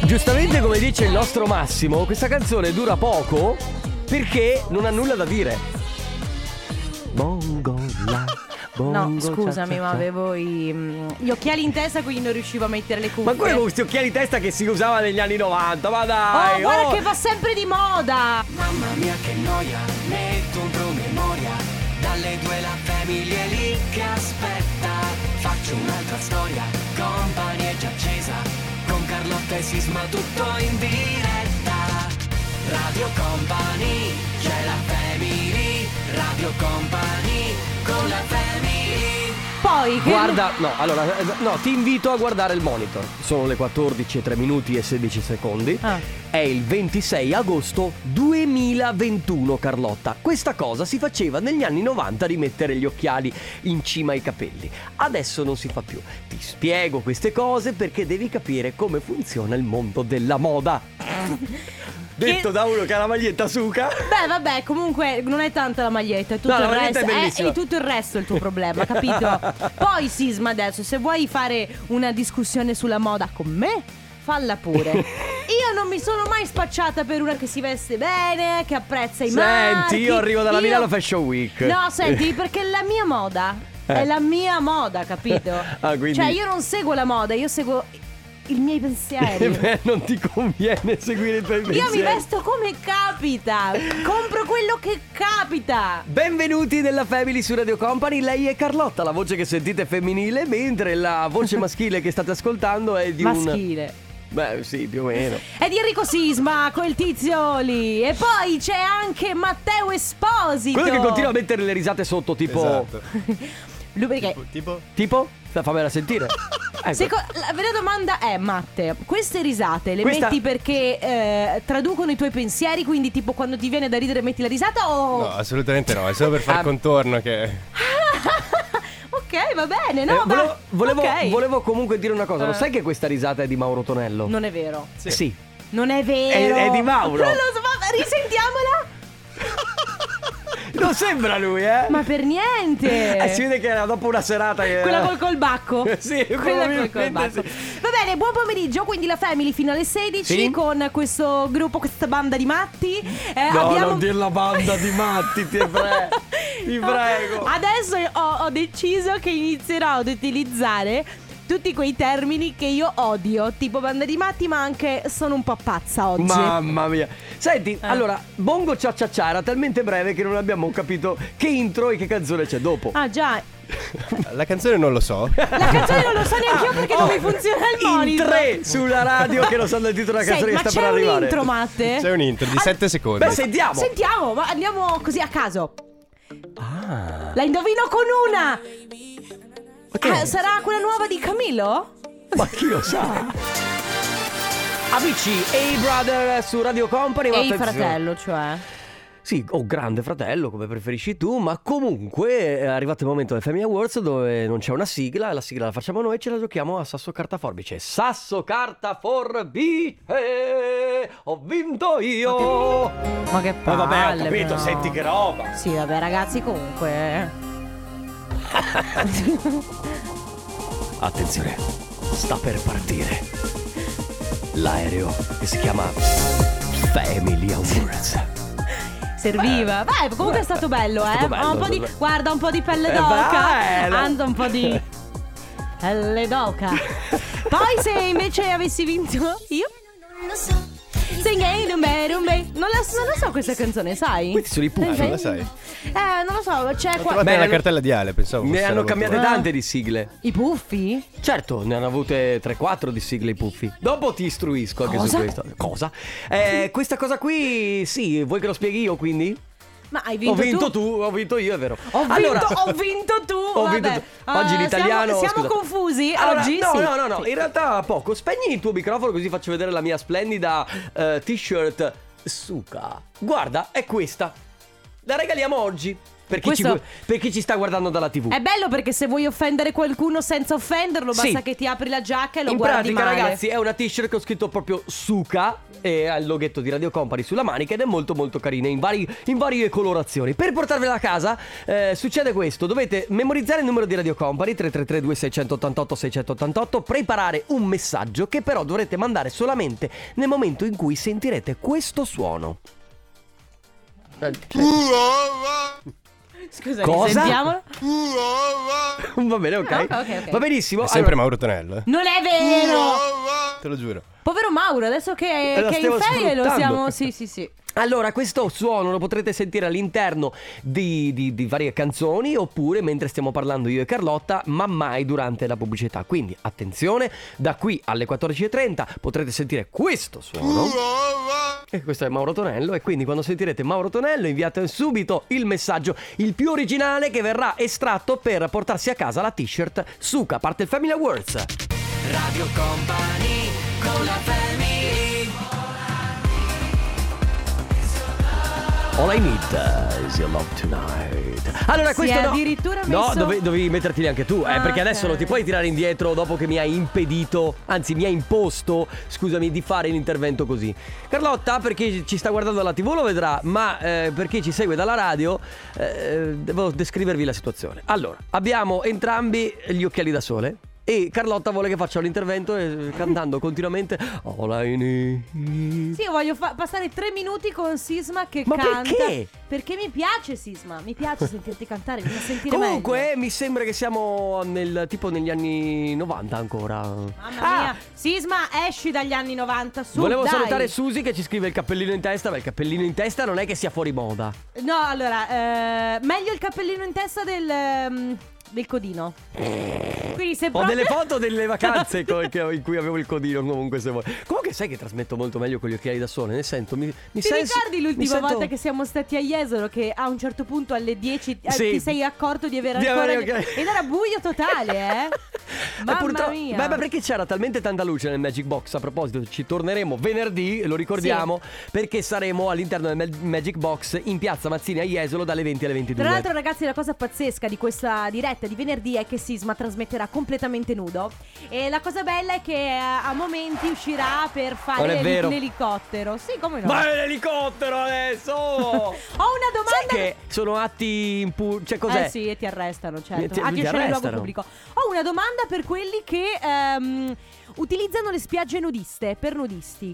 Giustamente, come dice il nostro Massimo, questa canzone dura poco perché non ha nulla da dire. Bongo la, bongo, No, scusami, cia, ma cia. avevo gli occhiali in testa, quindi non riuscivo a mettere le cuffie. Ma quello con questi occhiali in testa che si usava negli anni 90, ma dai! Oh, guarda che va sempre di moda! Mamma mia che noia, metto un promemoria. Dalle 2 la famiglia è lì che aspetta. Faccio un'altra storia, Company è già accesa. Con Carlotta e Sisma tutto in diretta. Radio Company, c'è la family. Radio Company, con la family. Poi che Guarda, ti invito a guardare il monitor. Sono le 14:03 e 16 secondi. È il 26 agosto 2021, Carlotta. Questa cosa si faceva negli anni 90 di mettere gli occhiali in cima ai capelli. Adesso non si fa più. Ti spiego queste cose perché devi capire come funziona il mondo della moda. Detto da uno che ha la maglietta Suka. Beh, vabbè, comunque non è tanta la maglietta, è tutto No, la il maglietta resto. è bellissima. È tutto il resto il tuo problema, capito? Poi Sisma, adesso se vuoi fare una discussione sulla moda con me, falla pure. Io non mi sono mai spacciata per una che si veste bene, che apprezza i marchi. Senti, io arrivo dalla Milano Fashion Week. No, senti, perché la mia moda è la mia moda, capito? Ah, quindi- Cioè, io non seguo la moda, io seguo i miei pensieri. Beh, non ti conviene seguire i tuoi pensieri. Io mi vesto come capita, compro quello che capita. Benvenuti nella Family su Radio Company. Lei è Carlotta, la voce che sentite è femminile, mentre la voce maschile che state ascoltando è di Maschile. Beh, sì, più o meno. È di Enrico Sisma, quel tizio lì. E poi c'è anche Matteo Esposito. Quello che continua a mettere le risate sotto, tipo... Esatto. Lui perché Tipo? Fammela sentire. Ecco. la vera domanda è, Matte, queste risate le Questa- metti perché traducono i tuoi pensieri? Quindi tipo quando ti viene da ridere metti la risata o... No, assolutamente no, è solo per far contorno che... Ok, va bene, no, ok. volevo comunque dire una cosa. Lo sai che questa risata è di Mauro Tonello? Non è vero. Sì. Non è vero. È di Mauro. Non lo so, ma risentiamola. Non sembra lui, eh? Ma per niente. Si vede che era dopo una serata che... Quella col colbacco. Sì, quella col probabilmente colbacco. sì. Va bene, buon pomeriggio. Quindi la Family fino alle 16 Sì. con questo gruppo, questa banda di matti. No, abbiamo... non dir la banda di matti, ti prego. Ti prego. Adesso ho deciso che inizierò ad utilizzare tutti quei termini che io odio, tipo banda di matti, ma anche sono un po' pazza oggi. Mamma mia. Senti, allora, Bongo Cia Cia Cia era talmente breve che non abbiamo capito che intro e che canzone c'è dopo. Ah già, La canzone non lo so. la canzone non lo so neanche io perché non mi funziona il In monitor. 3 sulla radio che non sanno il titolo della canzone Ma che sta c'è per un arrivare. intro, Matte? C'è un intro di 7 secondi. Beh, sentiamo. Sentiamo, ma andiamo così a caso. La indovino con una. Sarà quella nuova di Camillo? Ma chi lo sa? Amici, Hey Brother su Radio Company. ma Ehi attenzione. fratello, cioè. Sì, o grande fratello, come preferisci tu. Ma comunque è arrivato il momento del Family Awards dove non c'è una sigla. La sigla la facciamo noi e ce la giochiamo a sasso carta forbice. Sasso carta forbice. Ho vinto io. Ma che palle, vabbè, ho capito, però. senti che roba. Sì, vabbè ragazzi, comunque. Attenzione, sta per partire l'aereo che si chiama Family Awards. Serviva. Beh, comunque è stato bello, È stato bello, Ha un po' è di... stato bello. Guarda, un po' di pelle d'oca. bello. Anda un po' di pelle d'oca. Poi se invece avessi vinto io, non la so questa canzone, sai? Questi sono i Puffi. Non la sai? Non lo so, c'è qua. Trovate Beh, nella ne- cartella di Ale, pensavo Ne fosse hanno roba cambiate tua. tante di sigle. I Puffi? Certo, ne hanno avute 3-4 di sigle i Puffi. Dopo ti istruisco anche Cosa? su questo. Cosa? Questa cosa qui, sì, vuoi che lo spieghi io quindi? Ma hai vinto Ho vinto tu? ho vinto io, è vero. Ho vinto tu. Ho vinto Vabbè. tu. Oggi l'italiano. Siamo scusa. confusi Allora, oggi? no, Sì. no. In realtà poco. Spegni il tuo microfono così faccio vedere la mia splendida t-shirt Suka. Guarda, è questa. La regaliamo oggi. Per chi, Questo- per chi ci sta guardando dalla TV. È bello perché se vuoi offendere qualcuno senza offenderlo, basta Sì. che ti apri la giacca e lo In guardi pratica, male. ragazzi, è una t-shirt che ho scritto proprio Suka e ha il loghetto di Radio Company sulla manica ed è molto molto carina in varie colorazioni. Per portarvela a casa succede questo: dovete memorizzare il numero di Radio Company 333 2688 688, preparare un messaggio che però dovrete mandare solamente nel momento in cui sentirete questo suono. Scusa, Cosa? sentiamolo. Va bene, ok. Ok. Va benissimo. È sempre Allora, Mauro Tonello, Non è vero! te lo giuro. Povero Mauro, adesso che La è in stiamo ferie lo sfruttando. siamo. Sì. allora, questo suono lo potrete sentire all'interno di varie canzoni oppure mentre stiamo parlando io e Carlotta, ma mai durante la pubblicità. Quindi attenzione, da qui alle 14:30 potrete sentire questo suono. E questo è Mauro Tonello. E quindi quando sentirete Mauro Tonello inviate subito il messaggio, il più originale, che verrà estratto per portarsi a casa la t-shirt Suka, parte il Family Awards. Radio Company con la family. All I need is your love tonight. Allora, Sì, questo no. addirittura No, messo- dovevi metterti lì anche tu, perché adesso ok. non ti puoi tirare indietro dopo che mi hai impedito, anzi mi hai imposto, scusami, di fare l'intervento così. Carlotta, per chi ci sta guardando alla TV lo vedrà, ma per chi ci segue dalla radio devo descrivervi la situazione. Allora, abbiamo entrambi gli occhiali da sole e Carlotta vuole che faccia un intervento cantando continuamente All I need. Sì, io voglio passare 3 minuti con Sisma che Ma canta. perché? Perché mi piace Sisma, mi piace sentirti cantare, mi fa sentire Comunque meglio. mi sembra che siamo tipo negli anni 90 ancora. Mamma mia, Sisma, esci dagli anni 90, su, Volevo dai. salutare Susi che ci scrive il cappellino in testa, ma il cappellino in testa non è che sia fuori moda. No, allora, meglio il cappellino in testa del codino. Quindi se Ho proprio... delle foto delle vacanze in cui avevo il codino, comunque se vuoi. Comunque sai che trasmetto molto meglio con gli occhiali da sole, nel senso mi Ti sento- ricordi l'ultima mi sento- volta che siamo stati a Jesolo, che a un certo punto alle 10 Sì. ti sei accorto di avere Di ancora avere occhiali. ed era buio totale, Mamma mia. Beh, perché c'era talmente tanta luce nel Magic Box. A proposito, ci torneremo venerdì, lo ricordiamo, perché saremo all'interno del Magic Box in piazza Mazzini a Jesolo dalle 20 alle 22. Tra l'altro, ragazzi, la cosa pazzesca di questa diretta di venerdì è che Sisma trasmetterà completamente nudo. E la cosa bella è che a momenti uscirà per Non è fare vero. l'elicottero. Sì, come no? Ma è l'elicottero adesso! Ho una domanda. Sai che sono atti cioè cos'è? Eh sì, e ti arrestano, certo. Ti Anche scena in luogo arrestano. pubblico. Ho una domanda per quelli che utilizzano le spiagge nudiste per nudisti.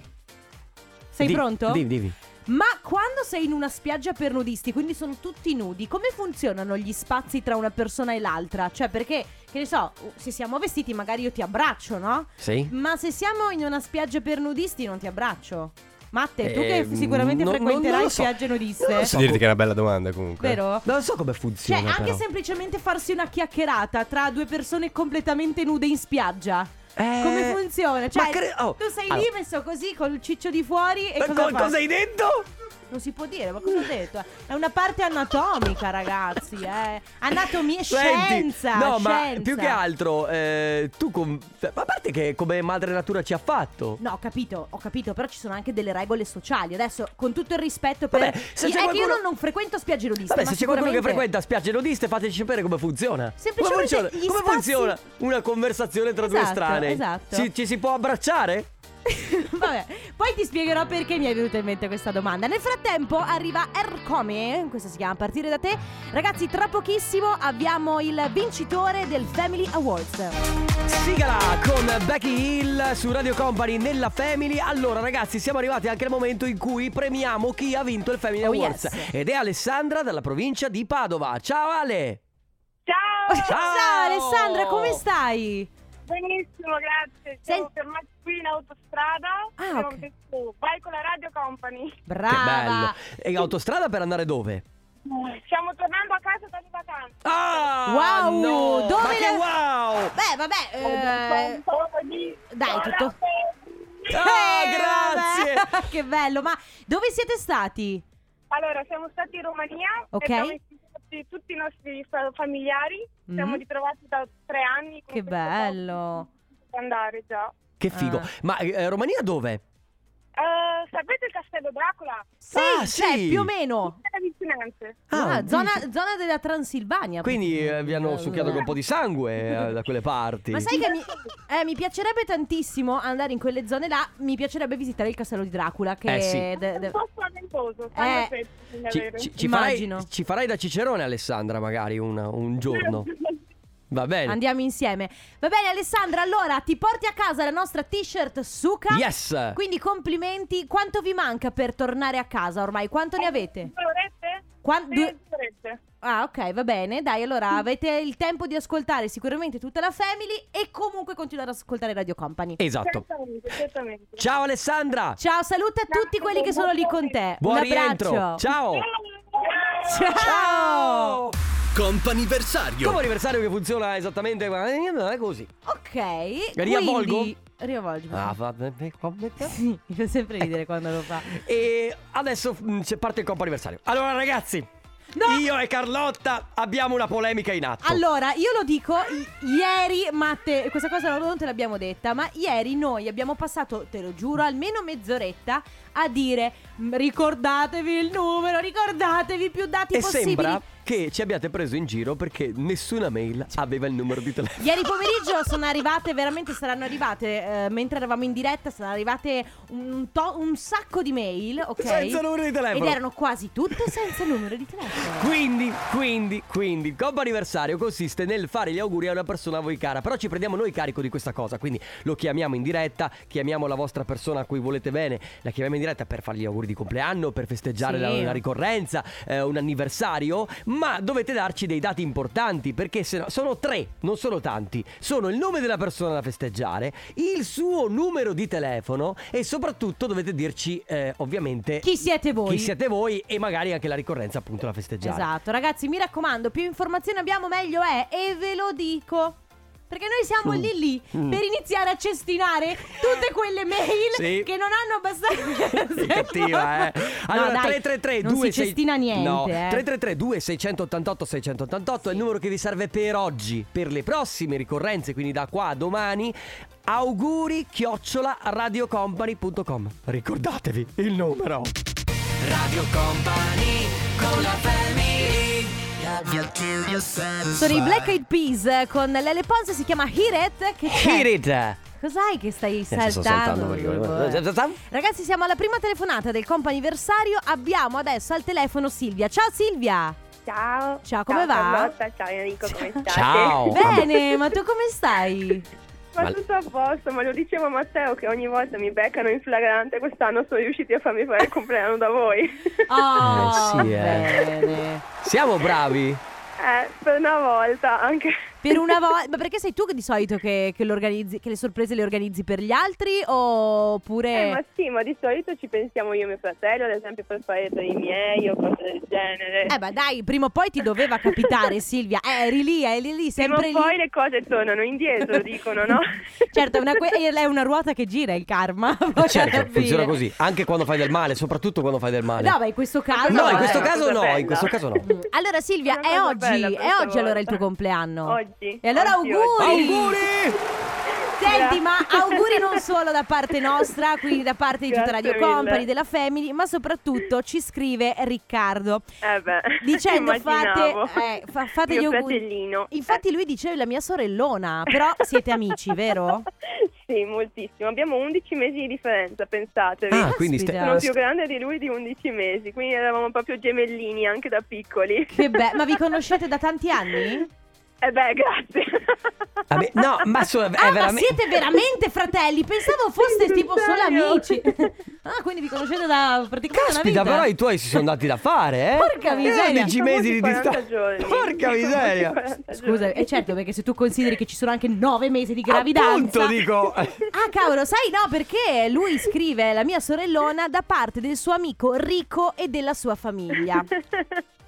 Sei pronto? Dimmi. Ma quando sei in una spiaggia per nudisti, quindi sono tutti nudi, come funzionano gli spazi tra una persona e l'altra? Cioè, perché, che ne so, se siamo vestiti magari io ti abbraccio, no? Sì. Ma se siamo in una spiaggia per nudisti non ti abbraccio. Matte, tu che sicuramente non frequenterai lo so. spiagge nudiste, Non lo Posso dirti che è una bella domanda comunque. vero? Non so come funziona. Cioè, anche però. semplicemente farsi una chiacchierata tra due persone completamente nude in spiaggia. Come funziona? Cioè, tu sei lì messo così col ciccio di fuori e cosa fai? Cosa hai detto? Non si può dire, ma cosa ho detto? È una parte anatomica, ragazzi, Anatomia e scienza. No, ma scienza. più che altro tu a parte che come madre natura ci ha fatto. No, ho capito, però ci sono anche delle regole sociali. Adesso, con tutto il rispetto per... Vabbè, se c'è è che io qualcuno- non frequento spiagge nudiste. Vabbè, ma se c'è qualcuno che sicuramente- frequenta spiagge nudiste, fateci sapere come funziona. Semplicemente come funziona? gli Come spazi- funziona una conversazione tra due Esatto, estranei? esatto. Ci si può abbracciare? Vabbè, poi ti spiegherò perché mi è venuta in mente questa domanda. Nel frattempo arriva Ercome, questa si chiama Partire da te. Ragazzi, tra pochissimo abbiamo il vincitore del Family Awards. Sigala con Becky Hill su Radio Company nella Family. Allora ragazzi, siamo arrivati anche al momento in cui premiamo chi ha vinto il Family Oh, Awards. yes. Ed è Alessandra dalla provincia di Padova. Ciao Ale! Ciao! Ciao Alessandra, come stai? Benissimo, grazie. Siamo fermati qui in autostrada. Ah, Abbiamo ok. detto, vai con la Radio Company. Brava. Che bello! E autostrada per andare dove? Stiamo tornando a casa dalle vacanze. Ah! Wow! No! Dove Ma che le- wow! Beh, vabbè. Dai, tutto. Ah, grazie! vabbè. Che bello, ma dove siete stati? Allora, siamo stati in Romania. Ok. E abbiamo invitato tutti i nostri familiari. Siamo ritrovati da 3 anni. con Che questo bello. posto. Andare già. Che figo! Ah. Ma Romania dove? Sapete il Castello Dracula. Sì, cioè sì. più o meno. Le vicinanze. Zona della Transilvania. Quindi vi hanno succhiato con un po' di sangue da quelle parti. Ma sai che mi piacerebbe tantissimo andare in quelle zone là. Mi piacerebbe visitare il castello di Dracula. Che Sì. È un po' spaventoso. Immagino. Ci farai da cicerone, Alessandra, magari un giorno. Va bene. Andiamo insieme. Va bene, Alessandra, allora ti porti a casa la nostra t-shirt Suka. Yes. Quindi complimenti. Quanto vi manca per tornare a casa ormai? Quanto ne avete? 2 orette? Ah, ok, va bene. Dai, allora avete il tempo di ascoltare sicuramente tutta la family e comunque continuare ad ascoltare Radio Company. Esatto. Certamente. Ciao Alessandra. Ciao, saluta a tutti quelli che sono lì con te. Buon Un rientro. abbraccio. Ciao. Ciao. Comp'anniversario. Come anniversario che funziona esattamente così. Ok. Riavvolgo? Quindi riavvolgi. Sì, mi fa sempre ridere quando lo fa. E adesso parte il comp'anniversario. Allora ragazzi, No. io e Carlotta abbiamo una polemica in atto. Allora, io lo dico, ieri, Matte, questa cosa non te l'abbiamo detta, ma ieri noi abbiamo passato, te lo giuro, almeno mezz'oretta a dire ricordatevi il numero, ricordatevi più dati e possibili. sembra che ci abbiate preso in giro perché nessuna mail aveva il numero di telefono. Ieri pomeriggio sono arrivate, veramente saranno arrivate, mentre eravamo in diretta, sono arrivate un sacco di mail, ok? Senza numero di telefono. Ed erano quasi tutte senza numero di telefono. Quindi il compo anniversario consiste nel fare gli auguri a una persona a voi cara. Però ci prendiamo noi carico di questa cosa. Quindi lo chiamiamo in diretta, chiamiamo la vostra persona a cui volete bene, la chiamiamo in diretta per fargli gli auguri di compleanno, per festeggiare Sì. una ricorrenza, un anniversario. Ma dovete darci dei dati importanti, perché se no, sono 3, non sono tanti. Sono il nome della persona da festeggiare, il suo numero di telefono e soprattutto dovete dirci ovviamente Chi siete voi? e magari anche la ricorrenza appunto da festeggiare. Esatto, ragazzi, mi raccomando, più informazioni abbiamo meglio è, e ve lo dico. Perché noi siamo lì per iniziare a cestinare tutte quelle mail Sì. che non hanno abbastanza. Che cattiva, Allora, No, dai, 333 non si cestina niente, No, 333 2688 688 è il numero che vi serve per oggi, per le prossime ricorrenze, quindi da qua a domani. Auguri @radiocompany.com. Ricordatevi il numero. Radio Company con la family. Sono i Black Eyed Peas con Lele Pons, si chiama Hit It. Che c'è? Hit it. Cos'hai che stai Sto saltando? perché... Ragazzi, siamo alla prima telefonata del comp'anniversario. Abbiamo adesso al telefono Silvia. Ciao Silvia. Ciao. Ciao, come va? Carlotta, ciao Enrico, come state? Ciao. Bene, ma tu come stai? Ma tutto a posto, ma lo dicevo a Matteo che ogni volta mi beccano in flagrante. Quest'anno sono riusciti a farmi fare il compleanno da voi. Oh, sì, bene. Siamo bravi. Per una volta anche. Per una volta. Ma perché sei tu che di solito che organizzi, che le sorprese le organizzi per gli altri oppure... Ma sì, ma di solito ci pensiamo io e mio fratello, ad esempio per fare per i miei o cose del genere. Ma dai, prima o poi ti doveva capitare, Silvia. Eri lì, sempre Prima o poi lì. le cose tornano indietro, dicono, no? Certo, è una ruota che gira, il karma. Certo, Alla funziona fine. così. Anche quando fai del male, soprattutto quando fai del male. No, ma in questo caso... No, in questo una caso cosa no, bella. in questo caso no. Allora Silvia, Una è cosa oggi, bella è questa oggi allora il volta. tuo compleanno. Oggi. E allora Oggi, auguri! Auguri! Senti, ma auguri non solo da parte nostra, quindi da parte di tutta Grazie Radio mille. Company, della Family, ma soprattutto ci scrive Riccardo dicendo immaginavo. fate gli Mio auguri. fratellino. Infatti lui diceva la mia sorellona, però siete amici, vero? Sì, moltissimo. Abbiamo 11 mesi di differenza, pensatevi. Ah, quindi Caspita. Sono più grande di lui di 11 mesi, quindi eravamo proprio gemellini anche da piccoli. Che bello, ma vi conoscete da tanti anni? Grazie. Vabbè, no, ma è Ma veramente... siete veramente fratelli? Pensavo foste Sì, tipo sul solo serio. amici. Ah, quindi vi conoscete da praticamente una Caspita, vita. però i tuoi si sono dati da fare, eh? Porca miseria. 11 mesi di 40 distanza. giorni. Porca miseria. 40 Scusa, giorni. è certo, perché se tu consideri che ci sono anche 9 mesi di gravidanza. Appunto, dico. Ah, cavolo, sai, no, perché lui scrive la mia sorellona da parte del suo amico Rico e della sua famiglia.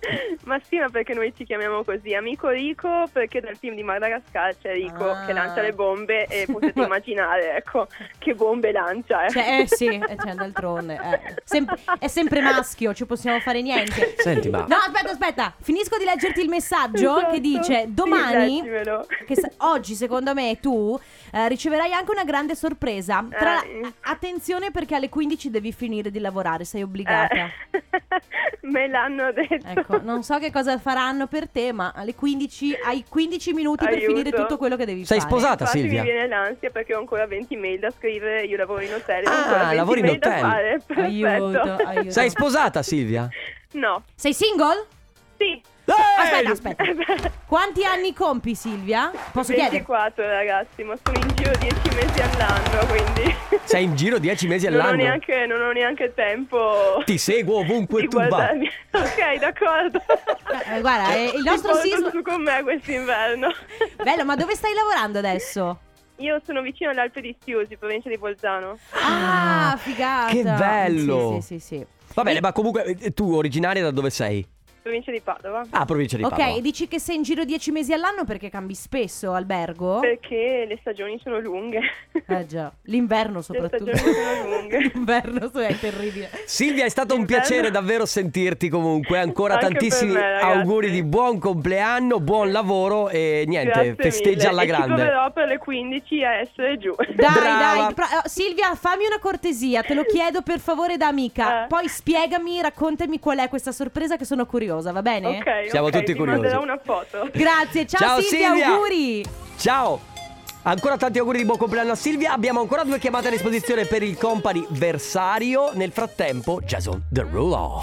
Ma sì, ma perché noi ci chiamiamo così? Amico Rico perché dal team di Madagascar c'è Rico che lancia le bombe e potete immaginare, ecco, che bombe lancia. Sì, d'altronde. È sempre maschio, ci possiamo fare niente. Senti, ma... No, aspetta, finisco di leggerti il messaggio che dice: domani, oggi secondo me tu riceverai anche una grande sorpresa. Attenzione perché alle 15 devi finire di lavorare, sei obbligata. Me l'hanno detto. Ecco, non so che cosa faranno per te, ma alle 15 hai 15 minuti per finire tutto quello che devi fare. Sei sposata, Infatti Silvia? mi viene l'ansia perché ho ancora 20 mail da scrivere, io lavoro in hotel. Lavori in hotel. Aiuto. Sei sposata, Silvia? No. Sei single? Sì. Aspetta. Quanti anni compi, Silvia? Posso 24 chiedere? ragazzi, ma sono in giro 10 mesi all'anno, quindi Sei in giro 10 mesi all'anno? Non ho neanche tempo. Ti seguo ovunque di tu vai. guardarmi. Ok, d'accordo. Guarda, il nostro Ti porto Sisma su con me quest'inverno. Bello, ma dove stai lavorando adesso? Io sono vicino alle Alpi di Stiusi, provincia di Bolzano. Ah, figata. Che bello. Sì. Va bene, ma comunque tu originaria da dove sei? Provincia di Padova. Ah, provincia di Padova. Ok, dici che sei in giro 10 mesi all'anno perché cambi spesso albergo? Perché le stagioni sono lunghe. Già, l'inverno soprattutto. Le stagioni sono lunghe. L'inverno è terribile. Silvia, è stato un piacere davvero sentirti comunque. Ancora Anche tantissimi per me, ragazzi. auguri di buon compleanno, buon lavoro e niente, Grazie festeggia mille. alla grande. E ci proverò per le 15 a essere giù. Dai. Silvia, fammi una cortesia, te lo chiedo per favore da amica. Poi spiegami, raccontami qual è questa sorpresa che sono curiosa, va bene? Ok. Siamo tutti ti curiosi. manderò una foto. Grazie, ciao Silvia, auguri. Ciao. Ancora tanti auguri di buon compleanno a Silvia. Abbiamo ancora 2 chiamate a disposizione per il comp'anniversario. Nel frattempo, Jason Derulo.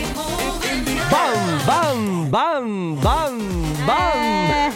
Bam, bam, bam, bam, bam.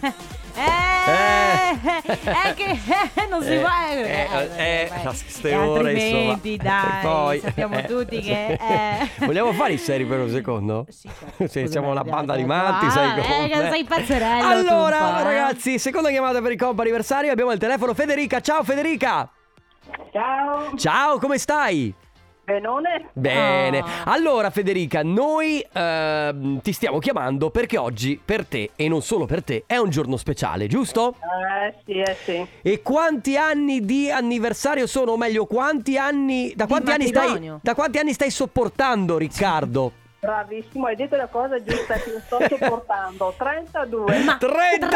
Che non si può. Queste ore, insomma. Dai, Poi, sappiamo tutti che. Vogliamo fare i seri per un secondo? Sì, certo. Sì, siamo una banda di matti, sai come. Sei pazzerello. Allora, tu, ragazzi, seconda chiamata per il comp'anniversario. Abbiamo al telefono Federica. Ciao Federica. Ciao, come stai? Benone. Bene. Allora Federica, noi ti stiamo chiamando perché oggi per te, e non solo per te, è un giorno speciale, giusto? Sì. E quanti anni di anniversario sono? O meglio, quanti anni da quanti anni stai sopportando Riccardo? Bravissimo, hai detto la cosa giusta che io sto sopportando. 32. Ma 32!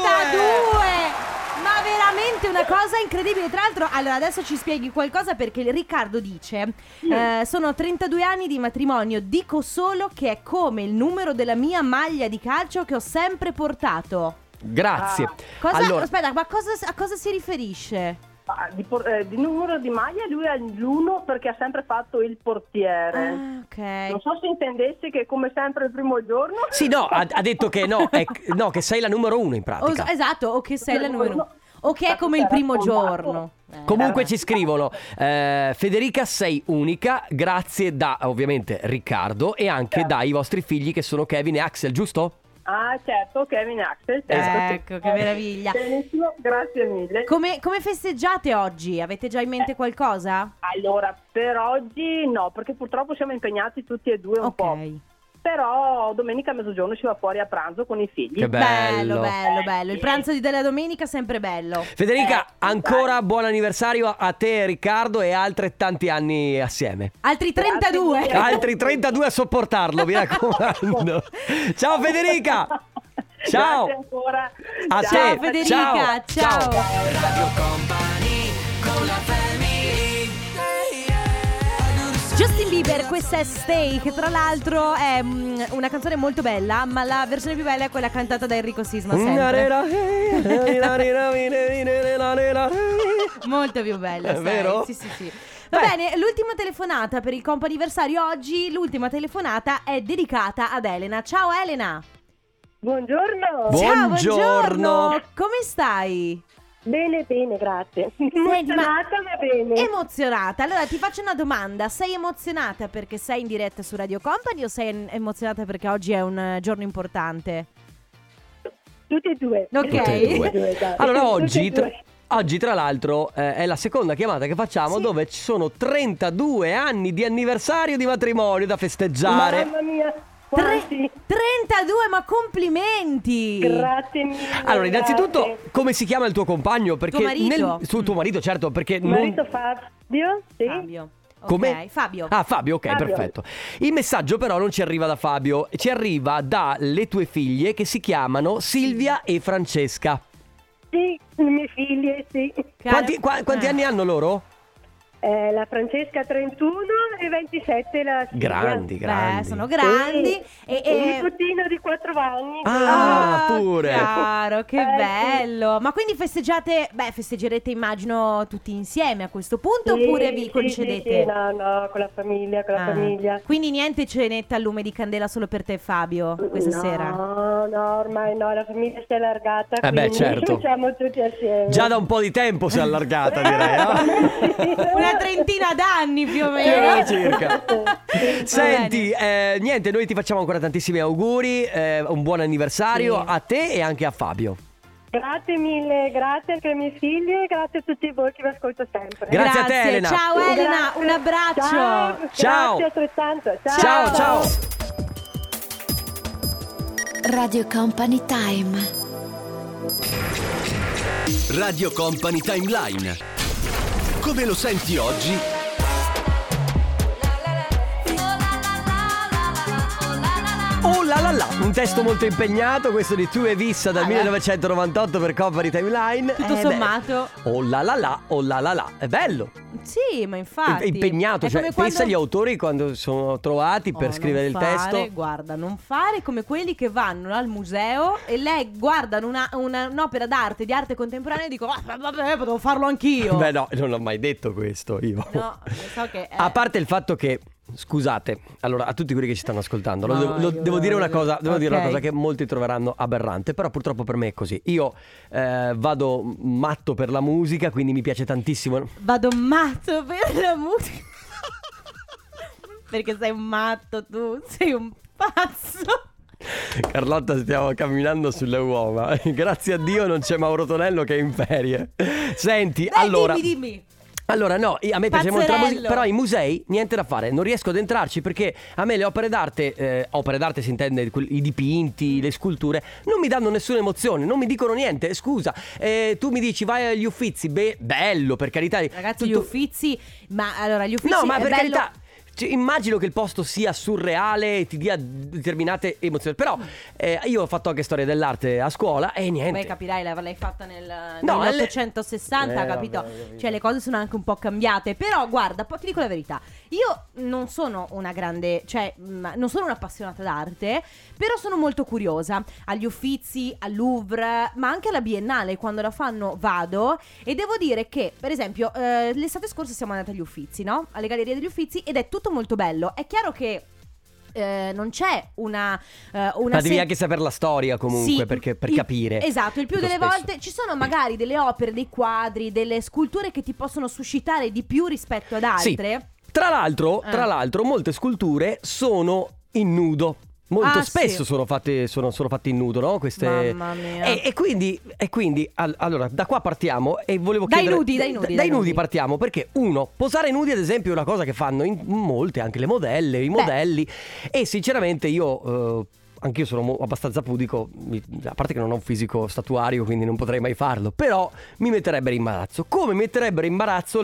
Ma veramente una cosa incredibile. Tra l'altro, allora adesso ci spieghi qualcosa perché Riccardo dice sono 32 anni di matrimonio. Dico solo che è come il numero della mia maglia di calcio che ho sempre portato. Grazie. Allora, aspetta, ma a cosa si riferisce? Di numero di maglia lui ha l'1 perché ha sempre fatto il portiere. Ok. Non so se intendesse che come sempre il primo giorno. Sì, no, ha detto che che sei la numero 1 in pratica. Esatto, o che sei la numero 1. O che è come il primo giorno. Comunque ci scrivono Federica, sei unica. Grazie da ovviamente Riccardo e anche dai vostri figli che sono Kevin e Axel, giusto? Ah, certo, Kevin e Axel. Ecco, che meraviglia. Benissimo, grazie mille. Come festeggiate oggi? Avete già in mente qualcosa? Allora, per oggi no, perché purtroppo siamo impegnati tutti e due un po'. Però domenica a mezzogiorno si va fuori a pranzo con i figli. Che bello. Il pranzo della domenica è sempre bello. Federica, ancora buon anniversario a te e Riccardo e altrettanti anni assieme. Altri 32. Altri 32 a sopportarlo, mi raccomando. Ciao Federica. Ciao. Grazie ancora. A Ciao te. Federica, ciao. Radio Company con la family. Justin Bieber, questa è Stay, che tra l'altro è una canzone molto bella, ma la versione più bella è quella cantata da Enrico Sisma sempre. Molto più bella, sai. Vero? Sì. Va bene, l'ultima telefonata per il comp'anniversario oggi, l'ultima telefonata è dedicata ad Elena. Ciao Elena. Buongiorno. Ciao, buongiorno. Come stai? Bene, grazie. Emozionata, ma bene. Emozionata. Allora ti faccio una domanda. Sei emozionata perché sei in diretta su Radio Company o sei emozionata perché oggi è un giorno importante? Tutte e due. Ok. Tutte e due. Allora oggi Oggi tra l'altro è la seconda chiamata che facciamo dove ci sono 32 anni di anniversario di matrimonio da festeggiare. Mamma mia, Quanti? 32, ma complimenti! Grazie mille. Allora, innanzitutto, grazie. come si chiama il tuo compagno? Perché Tuo marito? tuo marito, certo, perché Marito Fabio? Sì. Fabio. Come? Ok, Fabio. Ah, Fabio, ok, Fabio. perfetto. Il messaggio però non ci arriva da Fabio, ci arriva dalle tue figlie che si chiamano Silvia e Francesca. Sì, le mie figlie, sì. Quanti anni hanno loro? La Francesca 31 e 27 la Silvia. Grandi, grandi. Beh, sono grandi. Sì. Un nipotino di 4 anni. Ah, pure. Caro, che Sì. bello. Ma quindi festeggerete immagino tutti insieme a questo punto Sì, oppure vi sì, concedete? sì, no, con la famiglia, famiglia. Quindi niente cenetta a lume di candela solo per te Fabio questa sera? No, ormai no, la famiglia si è allargata, beh, quindi certo. facciamo tutti assieme. Già da un po' di tempo si è allargata, direi, no? Una trentina d'anni più o meno. Circa. Senti, niente, noi ti facciamo ancora tantissimi auguri, un buon anniversario Sì. a te e anche a Fabio. Grazie mille, grazie anche alle mie figlie e grazie a tutti voi che vi ascolto sempre. Grazie a te, Elena. Ciao Elena, Grazie. un abbraccio. Ciao. Grazie altrettanto. Ciao, ciao. Radio Company Time. Radio Company Timeline. Come lo senti oggi? Oh la la la, un testo molto impegnato, questo di Tu e Vissa dal 1998 per Company Timeline. Tutto sommato. Oh la la la, è bello. Sì, ma infatti È impegnato, è cioè come pensa quando- agli autori quando sono trovati per Oh, scrivere il non fare, testo. Guarda, non fare come quelli che vanno al museo e guardano un'opera d'arte, di arte contemporanea e dicono vabbè, potevo farlo anch'io. Beh no, non ho mai detto questo io. No, so che A parte il fatto che, scusate, allora a tutti quelli che ci stanno ascoltando, devo dire una cosa, che molti troveranno aberrante, però purtroppo per me è così. Io vado matto per la musica, quindi mi piace tantissimo. Vado matto per la musica. Perché sei un matto tu, sei un pazzo. Carlotta, stiamo camminando sulle uova. Grazie a Dio non c'è Mauro Tonello che è in ferie. Senti, allora Dimmi. Allora no, a me piace molto la musica, Pazzerello. però i musei niente da fare, non riesco ad entrarci perché a me le opere d'arte si intende i dipinti, le sculture, non mi danno nessuna emozione, non mi dicono niente. Scusa, tu mi dici vai agli Uffizi, bello, per carità. Ragazzi, gli Uffizi, ma allora gli Uffizi No, ma è per bello. carità, immagino che il posto sia surreale e ti dia determinate emozioni. Però io ho fatto anche storia dell'arte a scuola e niente. Beh, capirai, l'hai fatta No, 1860, capito? vabbè. Cioè, le cose sono anche un po' cambiate. Però, guarda, poi ti dico la verità. Io non sono una grande, cioè, non sono un'appassionata d'arte, però sono molto curiosa. Agli Uffizi, al Louvre, ma anche alla Biennale, quando la fanno, vado. E devo dire che, per esempio, l'estate scorsa siamo andati agli Uffizi, no? Alle Gallerie degli Uffizi, ed è tutto molto bello. È chiaro che non c'è una Ma devi anche sapere la storia comunque, Sì, perché per il- capire. Esatto, il più Molto delle spesso. volte ci sono magari delle opere, dei quadri, delle sculture che ti possono suscitare di più rispetto ad Sì. altre. Tra l'altro molte sculture sono in nudo. Molto Ah, spesso sì. sono fatte in nudo, no? Queste. Mamma mia. E quindi allora da qua partiamo e volevo Dai chiedere nudi, dai nudi partiamo, perché posare nudi ad esempio è una cosa che fanno in molte, anche le modelle, i modelli, e sinceramente io anch'io sono abbastanza pudico, a parte che non ho un fisico statuario, quindi non potrei mai farlo, però mi metterebbero in imbarazzo. Come metterebbero in imbarazzo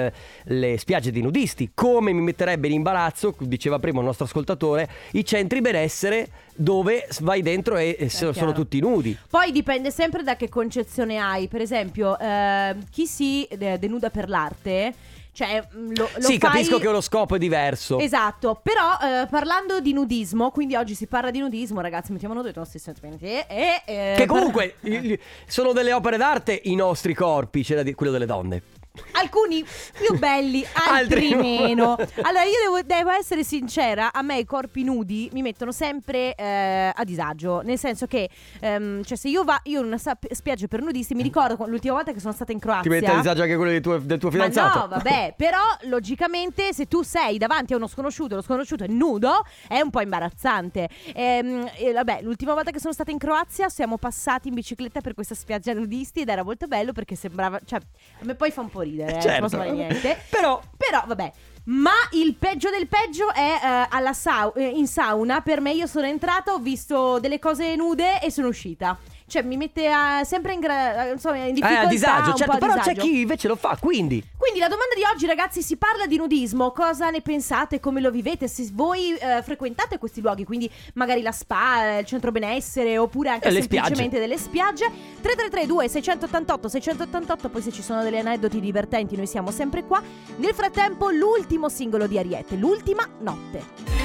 le spiagge di nudisti, come mi metterebbe in imbarazzo, diceva prima il nostro ascoltatore, i centri benessere dove vai dentro e sono chiaro. tutti nudi. Poi dipende sempre da che concezione hai. Per esempio, chi si denuda per l'arte, cioè lo Sì, fai... capisco che lo scopo è diverso. Esatto, però parlando di nudismo, quindi oggi si parla di nudismo, ragazzi, mettiamo nudo i nostri sentimenti Che comunque sono delle opere d'arte i nostri corpi, c'è da dire, quello delle donne. alcuni più belli, altri Altri meno. Allora io devo essere sincera, a me i corpi nudi mi mettono sempre a disagio. Nel senso che cioè se io in una spiaggia per nudisti, mi ricordo l'ultima volta che sono stata in Croazia. Ti mette a disagio anche quello del tuo fidanzato? Ma no, vabbè, però logicamente se tu sei davanti a uno sconosciuto e lo sconosciuto è nudo, è un po' imbarazzante. E vabbè, l'ultima volta che sono stata in Croazia siamo passati in bicicletta per questa spiaggia nudisti ed era molto bello perché sembrava, cioè, a me poi fa un po' ridere, non Certo. posso fare niente. Però vabbè, Ma il peggio del peggio è in sauna. Per me, io sono entrata, ho visto delle cose nude e sono uscita. Cioè mi mette sempre in difficoltà, a disagio, un certo, po' a però disagio. c'è chi invece lo fa, quindi la domanda di oggi, ragazzi, si parla di nudismo. Cosa ne pensate? Come lo vivete? Se voi frequentate questi luoghi, quindi magari la spa, il centro benessere, oppure anche semplicemente delle spiagge. 333 688 688. Poi se ci sono degli aneddoti divertenti noi siamo sempre qua. Nel frattempo l'ultimo singolo di Ariete, L'ultima notte.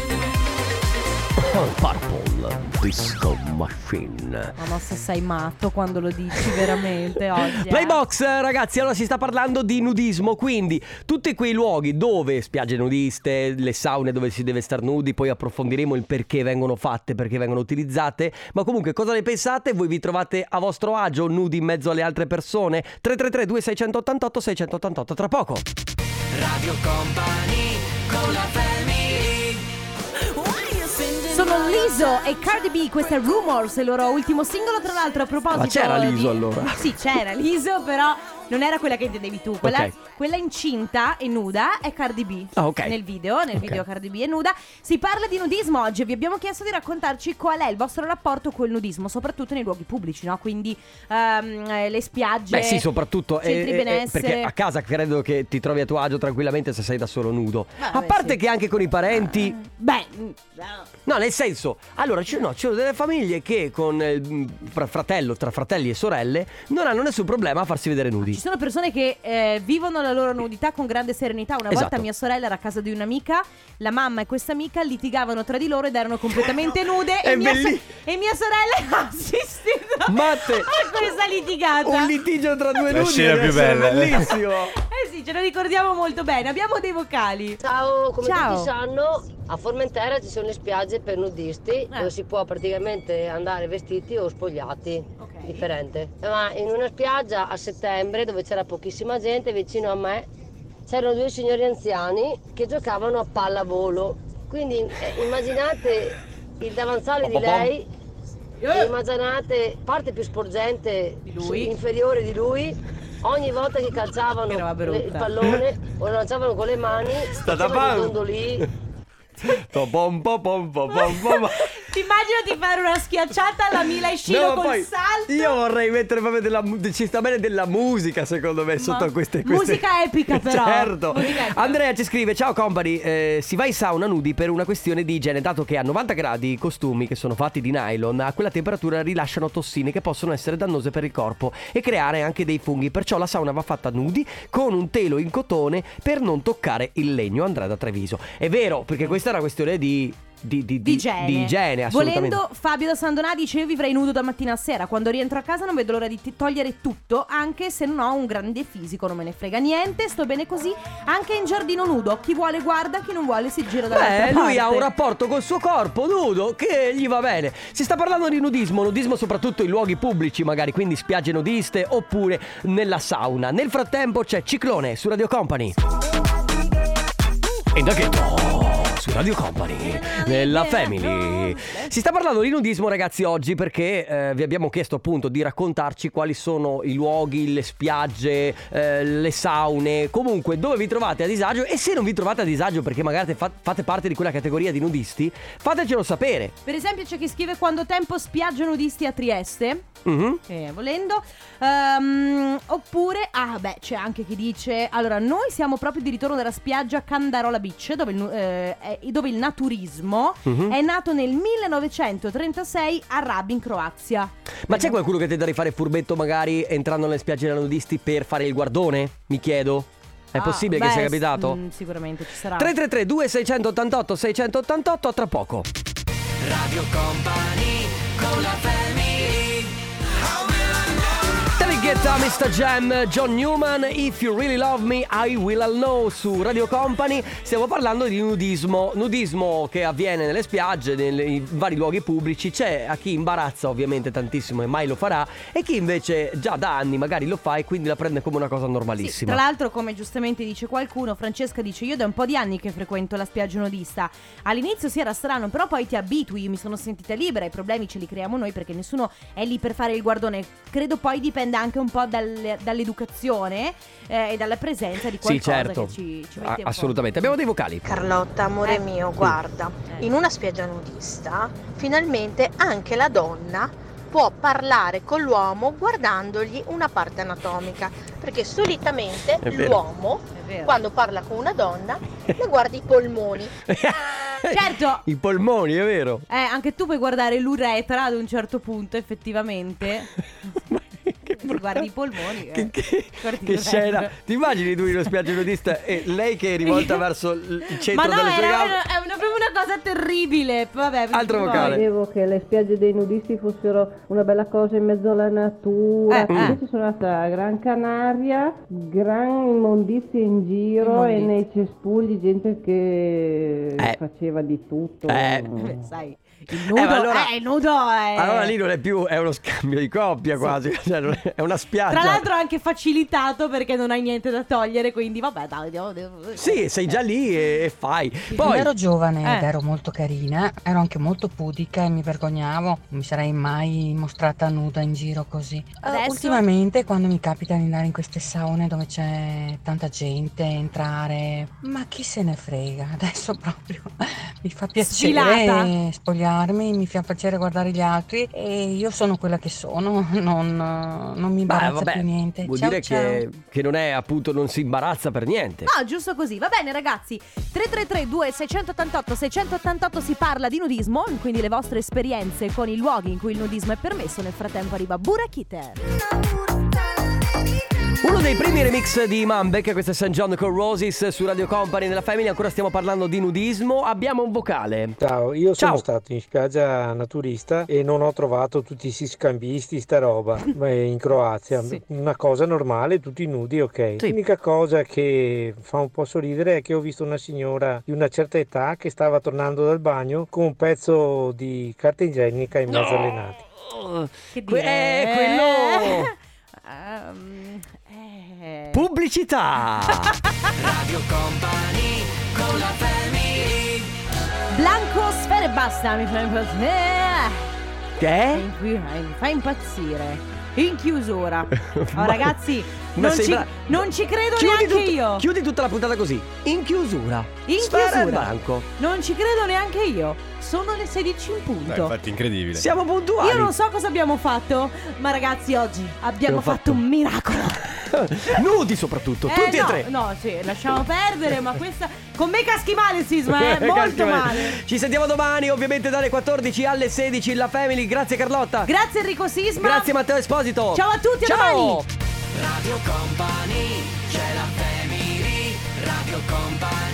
Purple Disco Machine. Ma se sei matto quando lo dici veramente oggi. Playbox, ragazzi, allora si sta parlando di nudismo, quindi tutti quei luoghi dove spiagge nudiste, le saune dove si deve star nudi, poi approfondiremo il perché vengono fatte, perché vengono utilizzate, ma comunque cosa ne pensate? Voi vi trovate a vostro agio nudi in mezzo alle altre persone? 333 2688 688 tra poco. Radio Company con la family. Sono Lizzo e Cardi B, questo è Rumors, il loro ultimo singolo. Tra l'altro, a proposito, ma c'era Lizzo allora? Sì, c'era Lizzo, però non era quella che intendevi tu. Quella incinta e nuda è Cardi B. Nel video Cardi B è nuda. Si parla di nudismo oggi. Vi abbiamo chiesto di raccontarci qual è il vostro rapporto col nudismo, soprattutto nei luoghi pubblici, no? Quindi le spiagge. Beh sì, sopraprattutto centri benessere. perché a casa credo che ti trovi a tuo agio tranquillamente se sei da solo nudo. A parte sì, che anche con i parenti. No, nel senso, allora ci sono delle famiglie che con tra fratelli e sorelle non hanno nessun problema a farsi vedere nudi. Ci sono persone che vivono la loro nudità con grande serenità. Una volta mia sorella era a casa di un'amica, la mamma e questa amica litigavano tra di loro ed erano completamente nude e mia sorella ha assistito a questa litigata. Un litigio tra due nudi, la scena più bella, bellissimo. Sì, ce lo ricordiamo molto bene. Abbiamo dei vocali. Ciao, come tutti sanno, a Formentera ci sono le spiagge per nudisti dove si può praticamente andare vestiti o spogliati, differente. Ma in una spiaggia a settembre dove c'era pochissima gente, vicino a me c'erano due signori anziani che giocavano a pallavolo. Quindi immaginate il davanzale di lei, immaginate parte più sporgente di lui, inferiore di lui. Ogni volta che calciavano il pallone o lo lanciavano con le mani, facevano i dondolì. Ti immagino di fare una schiacciata alla Mila e Scilo col salto. Io vorrei mettere proprio ci sta bene della musica, secondo me, sotto a queste musica epica, però. Certo. Andrea ci scrive: ciao company, si va in sauna nudi per una questione di igiene, dato che a 90 gradi i costumi che sono fatti di nylon a quella temperatura rilasciano tossine che possono essere dannose per il corpo e creare anche dei funghi. Perciò la sauna va fatta nudi con un telo in cotone per non toccare il legno. Andrea da Treviso. È vero, perché questa è una questione di igiene, assolutamente. Volendo, Fabio da San Donà dice: io vivrei nudo da mattina a sera. Quando rientro a casa non vedo l'ora di togliere tutto, anche se non ho un grande fisico, non me ne frega niente, sto bene così. Anche in giardino nudo, chi vuole guarda, chi non vuole si gira dall'altra parte. Lui ha un rapporto col suo corpo nudo che gli va bene. Si sta parlando di nudismo soprattutto in luoghi pubblici, magari, quindi spiagge nudiste oppure nella sauna. Nel frattempo c'è Ciclone su Radio Company. E da che su Radio Company, nella Family. Si sta parlando di nudismo, ragazzi, oggi perché vi abbiamo chiesto appunto di raccontarci quali sono i luoghi, le spiagge, le saune, comunque dove vi trovate a disagio. E se non vi trovate a disagio perché magari fate parte di quella categoria di nudisti, fatecelo sapere. Per esempio c'è chi scrive: quando tempo spiaggia nudisti a Trieste. Volendo oppure c'è anche chi dice: allora noi siamo proprio di ritorno dalla spiaggia Candarola Beach, dove il naturismo è nato nel 1936 a Rab in Croazia. Ma c'è qualcuno che tenta di fare furbetto magari entrando nelle spiagge della nudisti per fare il guardone? Mi chiedo. È possibile che sia capitato? Sicuramente ci sarà. 333 2688 688. Tra poco. Radio Company con la family. Mr. Jam, John Newman, If You Really Love Me, I Will All Know su Radio Company. Stiamo parlando di nudismo che avviene nelle spiagge, nei vari luoghi pubblici. C'è a chi imbarazza ovviamente tantissimo e mai lo farà, e chi invece già da anni magari lo fa e quindi la prende come una cosa normalissima. Sì, tra l'altro, come giustamente dice qualcuno, Francesca dice: io da un po' di anni che frequento la spiaggia nudista. All'inizio sì, era strano, però poi ti abitui. Io mi sono sentita libera. I problemi ce li creiamo noi perché nessuno è lì per fare il guardone. Credo poi dipenda anche anche un po' dall'educazione e dalla presenza di qualcosa, sì, certo, che ci mette un assolutamente. Abbiamo dei vocali. Carlotta, amore mio, guarda, in una spiaggia nudista finalmente anche la donna può parlare con l'uomo guardandogli una parte anatomica, perché solitamente l'uomo quando parla con una donna le guarda i polmoni. Certo, i polmoni, è vero. Anche tu puoi guardare l'uretra ad un certo punto, effettivamente. Guardi i polmoni. Che scena. Ti immagini tu in una spiaggia nudista e lei che è rivolta verso il centro delle sue gambe? È proprio una cosa terribile. Vabbè, altro vocale. Credevo che le spiagge dei nudisti fossero una bella cosa in mezzo alla natura. Invece sono andata a Gran Canaria, gran immondizia in giro e nei cespugli gente che faceva di tutto. Sai, il nudo, allora lì non è più, è uno scambio di coppia quasi, cioè non è una spiaggia. Tra l'altro anche facilitato perché non hai niente da togliere, quindi vabbè dai. Sì, sei già lì e fai. Poi ero giovane ed ero molto carina, ero anche molto pudica e mi vergognavo, non mi sarei mai mostrata nuda in giro così. Ultimamente quando mi capita di andare in queste saune dove c'è tanta gente, entrare, ma chi se ne frega, adesso proprio mi fa piacere spogliarmi, mi fa piacere guardare gli altri e io sono quella che sono, non mi imbarazza più niente. Vuol dire che non è, appunto, non si imbarazza per niente. No, giusto così. Va bene ragazzi, 333 688 688 si parla di nudismo, quindi le vostre esperienze con i luoghi in cui il nudismo è permesso. Nel frattempo arriva Burakite. Uno dei primi remix di Mambek, questo è St. John con Roses su Radio Company nella Family. Ancora stiamo parlando di nudismo. Abbiamo un vocale. Ciao, io sono stato in spiaggia naturista e non ho trovato tutti questi scambisti, sta roba in Croazia. Una cosa normale, tutti nudi, ok. L'unica cosa che fa un po' sorridere è che ho visto una signora di una certa età che stava tornando dal bagno con un pezzo di carta igienica in mezzo alle nati. Che dire? Quello pubblicità. Radio Company con la Family. Blanco, sfere e basta. Mi fa impazzire. Che? Mi fa impazzire. In chiusura. Ragazzi, non ci credo neanche io. Chiudi tutta la puntata così. In chiusura. Sfera e blanco. Non ci credo neanche io. Sono le 16 in punto. Infatti incredibile. Siamo puntuali. Io non so cosa abbiamo fatto, ma ragazzi oggi abbiamo fatto un miracolo. Nudi soprattutto, tutti e tre. No, sì, lasciamo perdere, ma questa con me caschi male, Sisma, molto male. Ci sentiamo domani, ovviamente dalle 14 alle 16 la Family. Grazie Carlotta. Grazie Enrico Sisma. Grazie Matteo Esposito. Ciao a tutti, a domani. Radio Company, c'è la Family. Radio Company.